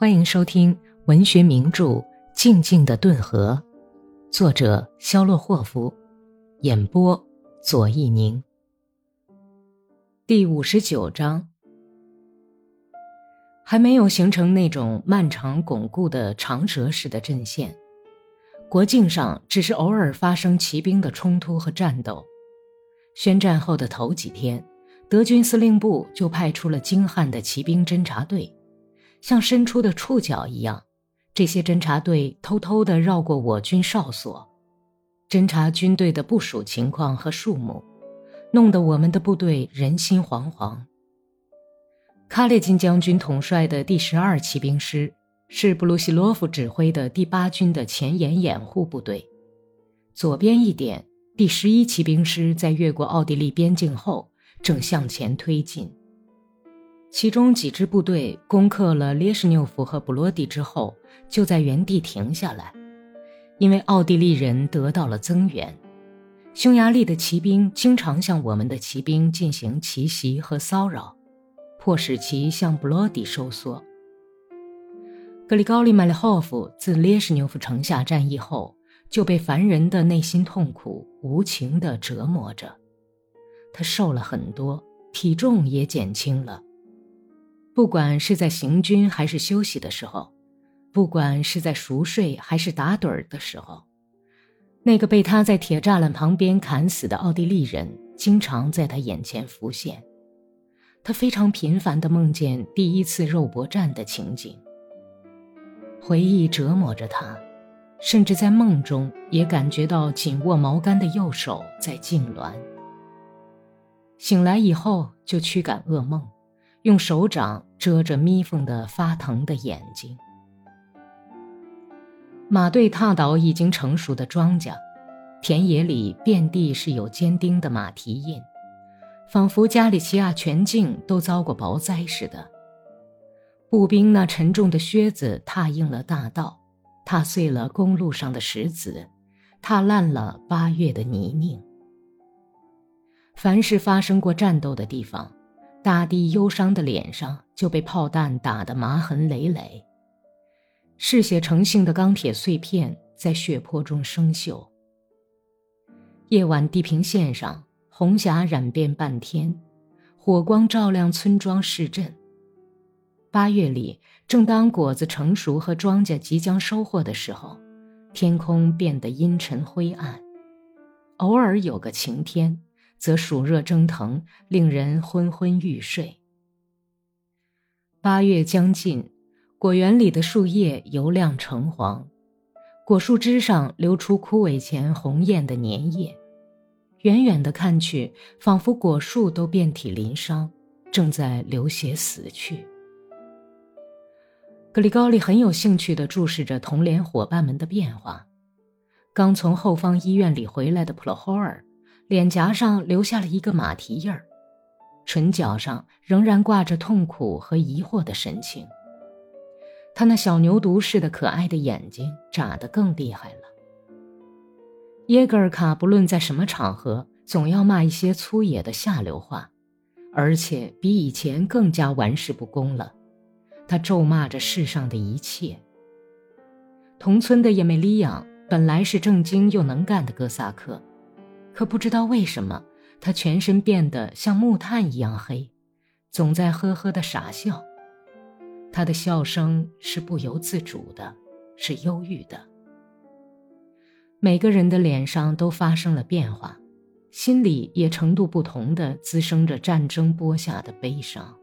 欢迎收听文学名著《静静的顿河》，作者肖洛霍夫，演播左一宁。第59章。还没有形成那种漫长巩固的长蛇式的阵线，国境上只是偶尔发生骑兵的冲突和战斗。宣战后的头几天，德军司令部就派出了精悍的骑兵侦察队，像伸出的触角一样，这些侦察队偷偷地绕过我军哨所，侦察军队的部署情况和数目，弄得我们的部队人心惶惶。卡列金将军统帅的第12骑兵师是布鲁西洛夫指挥的第8军的前沿掩护部队，左边一点，第11骑兵师在越过奥地利边境后正向前推进。其中几支部队攻克了列什纽夫和布罗迪之后，就在原地停下来，因为奥地利人得到了增援。匈牙利的骑兵经常向我们的骑兵进行奇袭和骚扰，迫使其向布罗迪收缩。格里高利·麦列霍夫自列什纽夫城下战役后，就被烦人的内心痛苦无情地折磨着。他瘦了很多，体重也减轻了。不管是在行军还是休息的时候，不管是在熟睡还是打盹儿的时候，那个被他在铁栅栏旁边砍死的奥地利人经常在他眼前浮现。他非常频繁地梦见第一次肉搏战的情景，回忆折磨着他，甚至在梦中也感觉到紧握矛杆的右手在痉挛。醒来以后就驱赶噩梦，用手掌遮着眯缝的发疼的眼睛。马队踏倒已经成熟的庄稼，田野里遍地是有坚钉的马蹄印，仿佛加里奇亚全境都遭过雹灾似的。步兵那沉重的靴子踏硬了大道，踏碎了公路上的石子，踏烂了8月的泥泞。凡是发生过战斗的地方，大地忧伤的脸上就被炮弹打得麻痕累累，嗜血成性的钢铁碎片在血泊中生锈。夜晚地平线上红霞染遍半天，火光照亮村庄市镇。8月里，正当果子成熟和庄稼即将收获的时候，天空变得阴沉灰暗，偶尔有个晴天，则暑热蒸腾，令人昏昏欲睡。8月将近，果园里的树叶油亮橙黄，果树枝上流出枯萎前红艳的粘液，远远地看去，仿佛果树都遍体鳞伤，正在流血死去。格里高利很有兴趣地注视着同连伙伴们的变化。刚从后方医院里回来的普罗霍尔脸颊上留下了一个马蹄印儿，唇角上仍然挂着痛苦和疑惑的神情。他那小牛犊似的可爱的眼睛眨得更厉害了。耶格尔卡不论在什么场合，总要骂一些粗野的下流话，而且比以前更加玩世不恭了。他咒骂着世上的一切。同村的叶梅利昂本来是正经又能干的哥萨克，可不知道为什么，他全身变得像木炭一样黑，总在呵呵地傻笑。他的笑声是不由自主的，是忧郁的。每个人的脸上都发生了变化，心里也程度不同地滋生着战争播下的悲伤。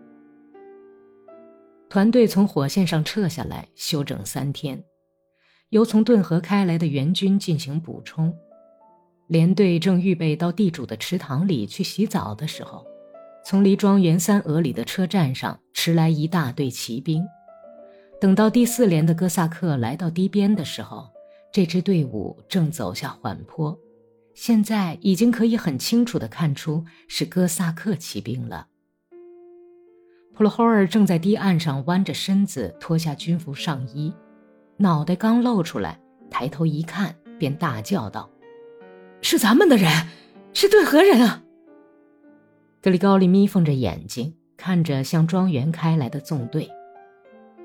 团队从火线上撤下来，休整3天，由从顿河开来的援军进行补充。连队正预备到地主的池塘里去洗澡的时候，从离庄园3俄里的车站上驰来一大队骑兵。等到第4连的哥萨克来到堤边的时候，这支队伍正走下缓坡，现在已经可以很清楚地看出是哥萨克骑兵了。普罗霍尔正在堤岸上弯着身子脱下军服上衣，脑袋刚露出来，抬头一看，便大叫道：“是咱们的人，是顿河人啊！”格里高利眯缝着眼睛看着向庄园开来的纵队。“不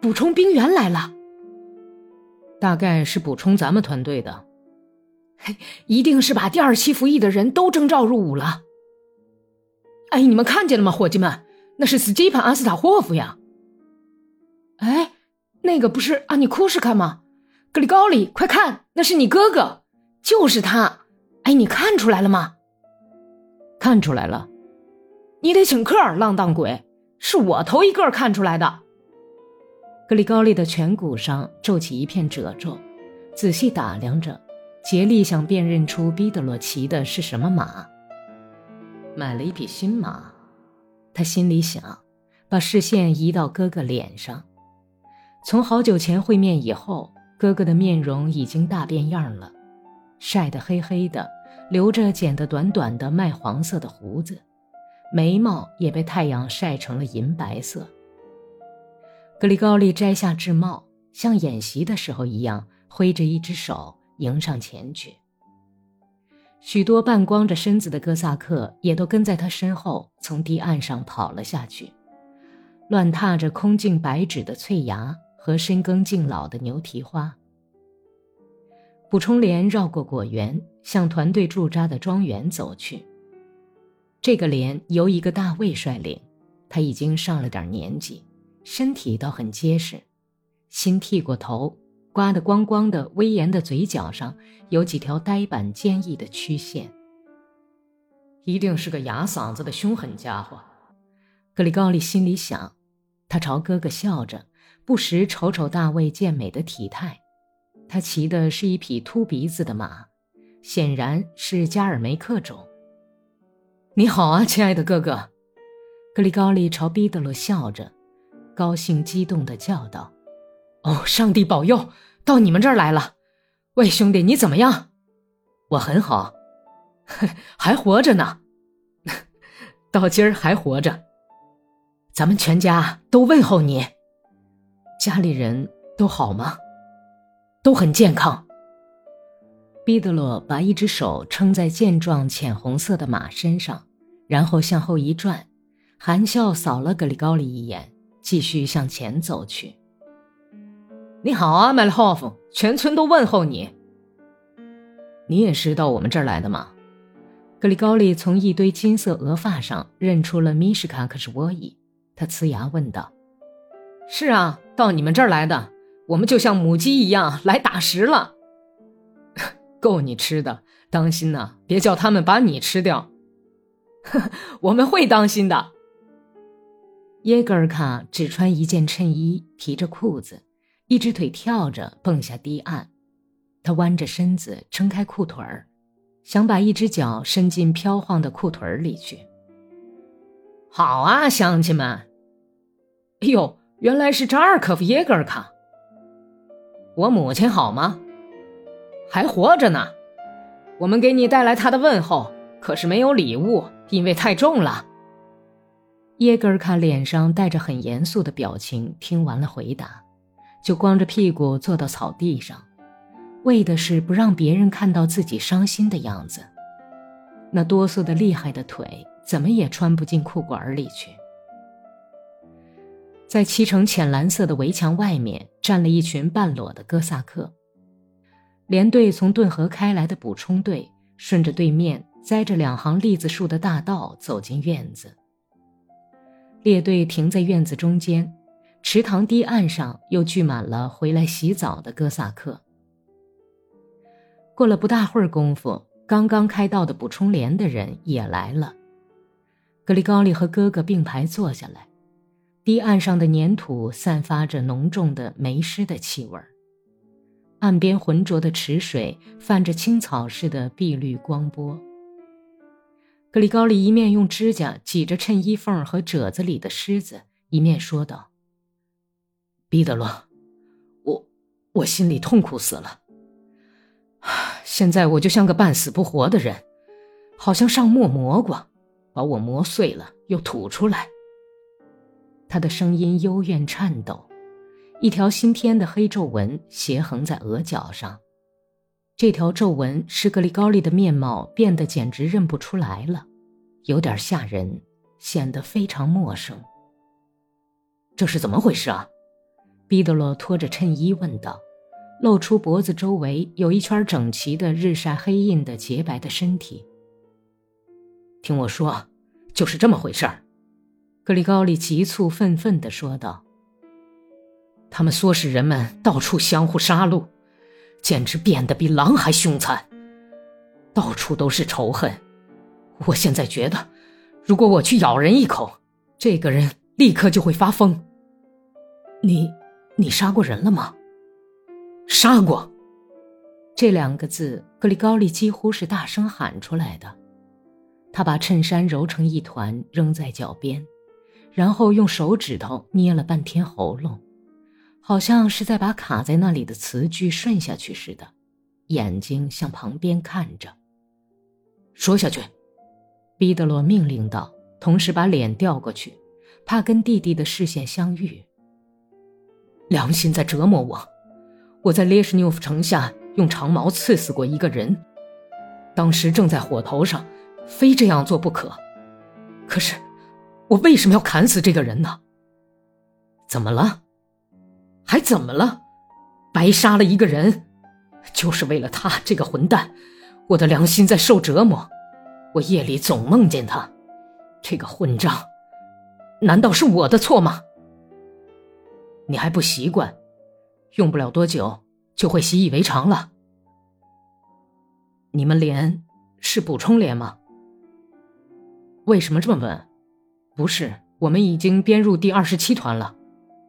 补充兵员来了。大概是补充咱们团队的。一定是把第二期服役的人都征召入伍了。哎，你们看见了吗，伙计们？那是斯基潘·阿斯塔霍夫呀。哎，那个不是阿尼库什卡吗？格里高里，快看，那是你哥哥，就是他。哎，你看出来了吗？看出来了。你得请客，浪荡鬼，是我头一个看出来的。格里高利的颧骨上皱起一片褶皱，仔细打量着，竭力想辨认出毕德罗骑的是什么马。买了一匹新马，他心里想，把视线移到哥哥脸上。从好久前会面以后，哥哥的面容已经大变样了，晒得黑黑的，留着剪得短短的麦黄色的胡子，眉毛也被太阳晒成了银白色。格里高利摘下制帽，像演习的时候一样，挥着一只手迎上前去。许多半光着身子的哥萨克也都跟在他身后从堤岸上跑了下去，乱踏着空净白纸的翠芽和深耕敬老的牛蹄花。补充连绕过果园，向团队驻扎的庄园走去。这个连由一个大卫率领，他已经上了点年纪，身体倒很结实，新剃过头，刮得光光的威严的嘴角上有几条呆板坚毅的曲线。一定是个哑嗓子的凶狠家伙，格里高利心里想。他朝哥哥笑着，不时瞅瞅大卫健美的体态。他骑的是一匹秃鼻子的马，显然是加尔梅克种。你好啊，亲爱的哥哥。格里高利朝毕德罗笑着，高兴激动地叫道：哦，上帝保佑，到你们这儿来了。喂，兄弟，你怎么样？我很好。还活着呢。到今儿还活着。咱们全家都问候你。家里人都好吗？都很健康。毕德罗把一只手撑在健壮浅红色的马身上，然后向后一转，含笑扫了格里高利一眼，继续向前走去。你好啊，麦勒霍夫，全村都问候你。你也是到我们这儿来的吗？格里高利从一堆金色额发上认出了米什卡克什沃伊，他呲牙问道：是啊，到你们这儿来的，我们就像母鸡一样来打食了。够你吃的，当心呐，别叫他们把你吃掉。我们会当心的。耶格尔卡只穿一件衬衣，提着裤子，一只腿跳着蹦下堤岸。他弯着身子撑开裤腿儿，想把一只脚伸进飘晃的裤腿里去。好啊，乡亲们。哎呦，原来是扎尔科夫耶格尔卡。我母亲好吗？还活着呢。我们给你带来她的问候，可是没有礼物，因为太重了。耶格尔卡脸上带着很严肃的表情，听完了回答，就光着屁股坐到草地上，为的是不让别人看到自己伤心的样子。那哆嗦的厉害的腿怎么也穿不进裤管里去。在漆成浅蓝色的围墙外面站了一群半裸的哥萨克。连队从顿河开来的补充队顺着对面栽着2行栗子树的大道走进院子。列队停在院子中间，池塘堤岸上又聚满了回来洗澡的哥萨克。过了不大会儿功夫，刚刚开道的补充连的人也来了。格里高利和哥哥并排坐下来，堤岸上的粘土散发着浓重的霉湿的气味，岸边浑浊的池水泛着青草似的碧绿光波。格里高利一面用指甲挤着衬衣缝和褶子里的虱子，一面说道：毕德罗，我心里痛苦死了。现在我就像个半死不活的人，好像上磨蘑菇，把我磨碎了又吐出来。他的声音幽怨颤抖，一条新添的黑皱纹斜横在额角上。这条皱纹使格里高利的面貌变得简直认不出来了，有点吓人，显得非常陌生。这是怎么回事啊？ 毕德罗拖着衬衣问道，露出脖子周围有一圈整齐的日晒黑印的洁白的身体。听我说，就是这么回事儿。格里高利急促愤愤地说道。他们唆使人们到处相互杀戮，简直变得比狼还凶残，到处都是仇恨。我现在觉得，如果我去咬人一口，这个人立刻就会发疯。你杀过人了吗？杀过。这2个字，格里高利几乎是大声喊出来的。他把衬衫揉成一团扔在脚边，然后用手指头捏了半天喉咙，好像是在把卡在那里的词句顺下去似的，眼睛向旁边看着。说下去，毕德罗命令道，同时把脸调过去，怕跟弟弟的视线相遇。良心在折磨我，我在列什纽夫城下用长矛刺死过一个人，当时正在火头上，非这样做不可。可是我为什么要砍死这个人呢？怎么了？还怎么了？白杀了一个人，就是为了他这个混蛋。我的良心在受折磨，我夜里总梦见他，这个混账，难道是我的错吗？你还不习惯，用不了多久就会习以为常了。你们连是补充连吗？为什么这么问？不是，我们已经编入第27团了。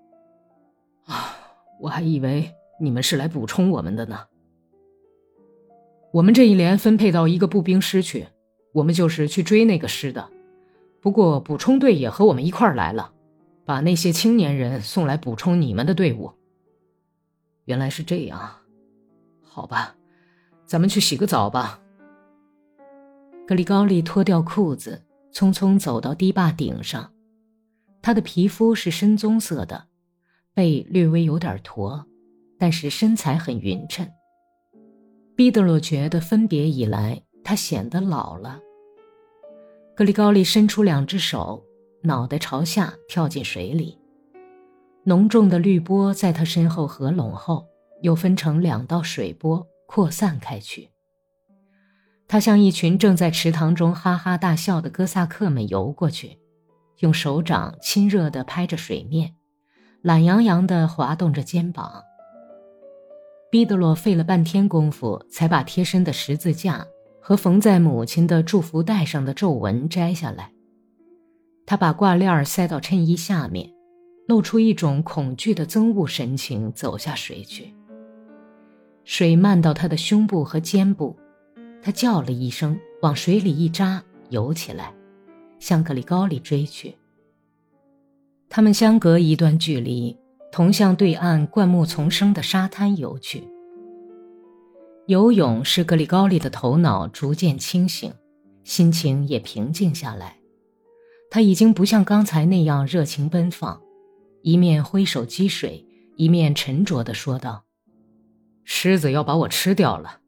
我还以为你们是来补充我们的呢。我们这一连分配到一个步兵师去，我们就是去追那个师的。不过补充队也和我们一块儿来了，把那些青年人送来补充你们的队伍。原来是这样，好吧，咱们去洗个澡吧。格里高利脱掉裤子，匆匆走到堤坝顶上。他的皮肤是深棕色的，背略微有点驼，但是身材很匀称。毕德罗觉得分别以来他显得老了。格里高利伸出2只手，脑袋朝下跳进水里。浓重的绿波在他身后合拢后，又分成2道水波扩散开去。他向一群正在池塘中哈哈大笑的哥萨克们游过去，用手掌亲热地拍着水面，懒洋洋地滑动着肩膀。毕德罗费了半天功夫，才把贴身的十字架和缝在母亲的祝福带上的皱纹摘下来。他把挂链塞到衬衣下面，露出一种恐惧的憎恶神情，走下水去。水漫到他的胸部和肩部，他叫了一声，往水里一扎，游起来，向格里高利追去。他们相隔一段距离，同向对岸灌木丛生的沙滩游去。游泳使格里高利的头脑逐渐清醒，心情也平静下来。他已经不像刚才那样热情奔放，一面挥手击水，一面沉着地说道：狮子要把我吃掉了。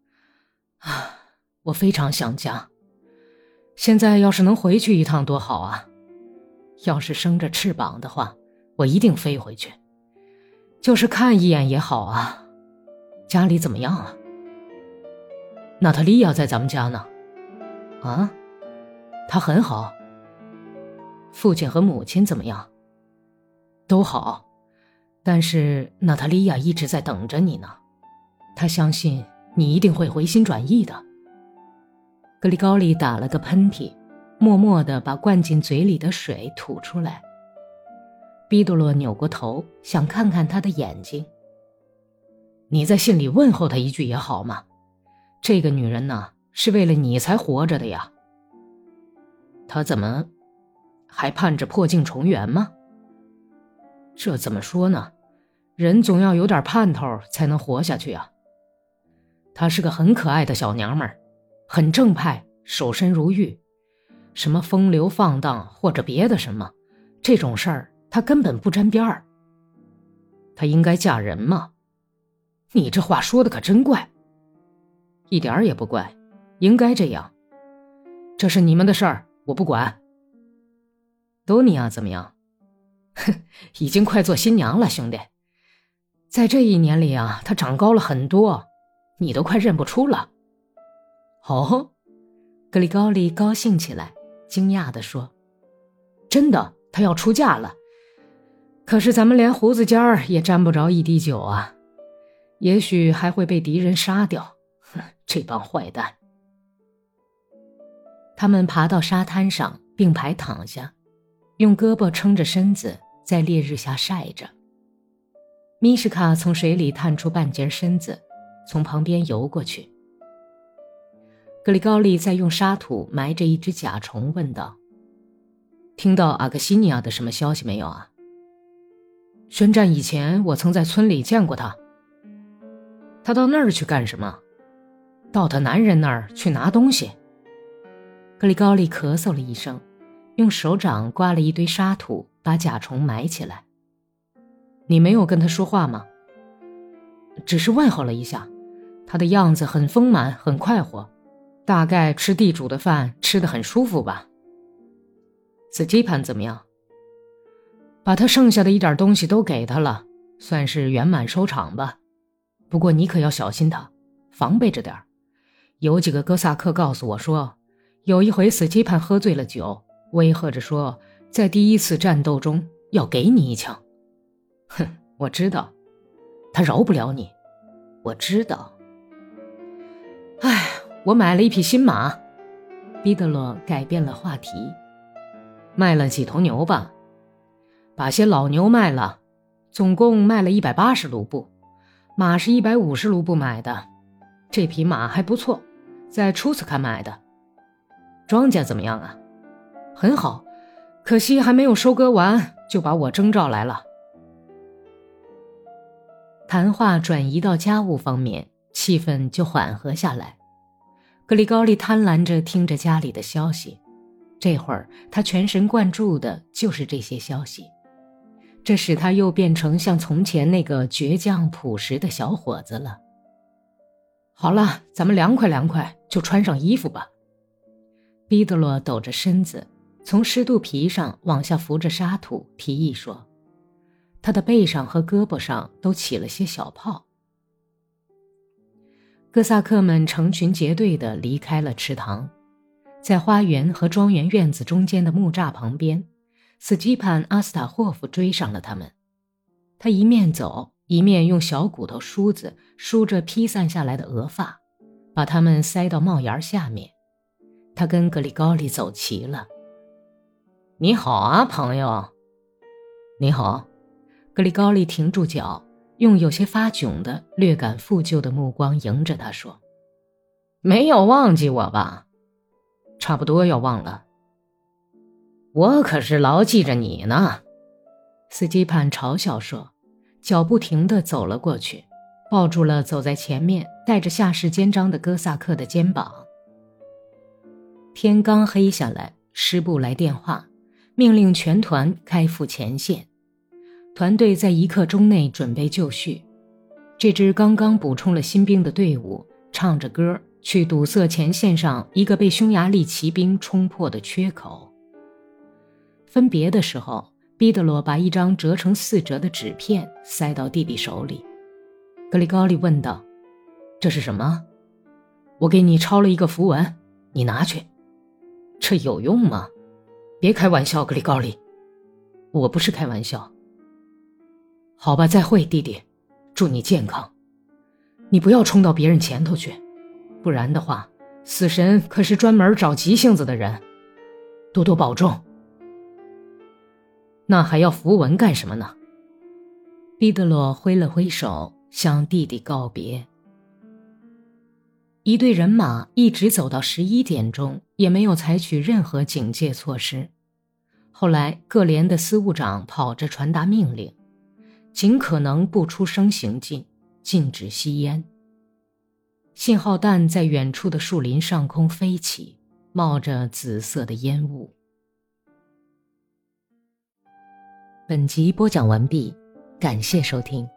我非常想家，现在要是能回去一趟多好啊！要是生着翅膀的话，我一定飞回去，就是看一眼也好啊。家里怎么样啊？娜塔莉亚在咱们家呢。啊？她很好。父亲和母亲怎么样？都好，但是娜塔莉亚一直在等着你呢，她相信你一定会回心转意的。格里高利打了个喷嚏，默默地把灌进嘴里的水吐出来。毕多罗扭过头，想看看他的眼睛。你在信里问候他一句也好嘛，这个女人呢，是为了你才活着的呀。她怎么还盼着破镜重圆吗？这怎么说呢，人总要有点盼头才能活下去啊。她是个很可爱的小娘们儿，很正派，守身如玉，什么风流放荡或者别的什么，这种事儿她根本不沾边儿。她应该嫁人吗？你这话说的可真怪。一点儿也不怪，应该这样。这是你们的事儿，我不管。多尼亚怎么样？哼，已经快做新娘了，兄弟， 在这1年里啊，他长高了很多，你都快认不出了。哦，格里高利高兴起来，惊讶地说：真的，他要出嫁了。可是咱们连胡子尖儿也沾不着一滴酒啊，也许还会被敌人杀掉。哼，这帮坏蛋。他们爬到沙滩上，并排躺下，用胳膊撑着身子在烈日下晒着。米什卡从水里探出半截身子，从旁边游过去。格里高利在用沙土埋着一只甲虫，问道：听到阿克西尼亚的什么消息没有啊？宣战以前，我曾在村里见过他。他到那儿去干什么？到他男人那儿去拿东西。格里高利咳嗽了一声，用手掌刮了一堆沙土，把甲虫埋起来。你没有跟他说话吗？只是问候了一下，他的样子很丰满，很快活，大概吃地主的饭吃得很舒服吧。斯基潘怎么样？把他剩下的一点东西都给他了，算是圆满收场吧。不过你可要小心他，防备着点。有几个哥萨克告诉我说，有一回斯基潘喝醉了酒，威吓着说在第1次战斗中要给你一枪。哼，我知道，他饶不了你，我知道。唉，我买了一匹新马。彼得罗改变了话题。卖了几头牛吧？把些老牛卖了，总共卖了180卢布，马是150卢布买的。这匹马还不错，在初斯坎买的。庄稼怎么样啊？很好，可惜还没有收割完，就把我征召来了。谈话转移到家务方面，气氛就缓和下来。格里高利贪婪着听着家里的消息，这会儿他全神贯注的就是这些消息。这使他又变成像从前那个倔强朴实的小伙子了。好了，咱们凉快凉快，就穿上衣服吧。彼得罗抖着身子，从湿肚皮上往下扶着沙土，提议说。他的背上和胳膊上都起了些小泡。哥萨克们成群结队地离开了池塘，在花园和庄园院子中间的木栅旁边，斯基潘·阿斯塔霍夫追上了他们。他一面走，一面用小骨头梳子梳着披散下来的额发，把它们塞到帽檐下面。他跟格里高利走齐了。你好啊，朋友。你好。格里高利停住脚，用有些发窘的略感负疚的目光迎着他说：没有忘记我吧？差不多要忘了。我可是牢记着你呢。斯基潘嘲笑说，脚不停地走了过去，抱住了走在前面带着夏氏肩章的哥萨克的肩膀。天刚黑下来，师部来电话，命令全团开赴前线。团队在1刻钟内准备就绪。这支刚刚补充了新兵的队伍唱着歌去堵塞前线上一个被匈牙利骑兵冲破的缺口。分别的时候，彼得罗把一张折成4折的纸片塞到弟弟手里。格里高利问道：这是什么？我给你抄了一个符文，你拿去。这有用吗？别开玩笑，格里高利。我不是开玩笑。好吧，再会，弟弟，祝你健康。你不要冲到别人前头去，不然的话，死神可是专门找急性子的人。多多保重。那还要符文干什么呢？彼得罗挥了挥手，向弟弟告别。一队人马一直走到11点钟，也没有采取任何警戒措施。后来各连的司务长跑着传达命令，尽可能不出声行进，禁止吸烟。信号弹在远处的树林上空飞起，冒着紫色的烟雾。本集播讲完毕，感谢收听。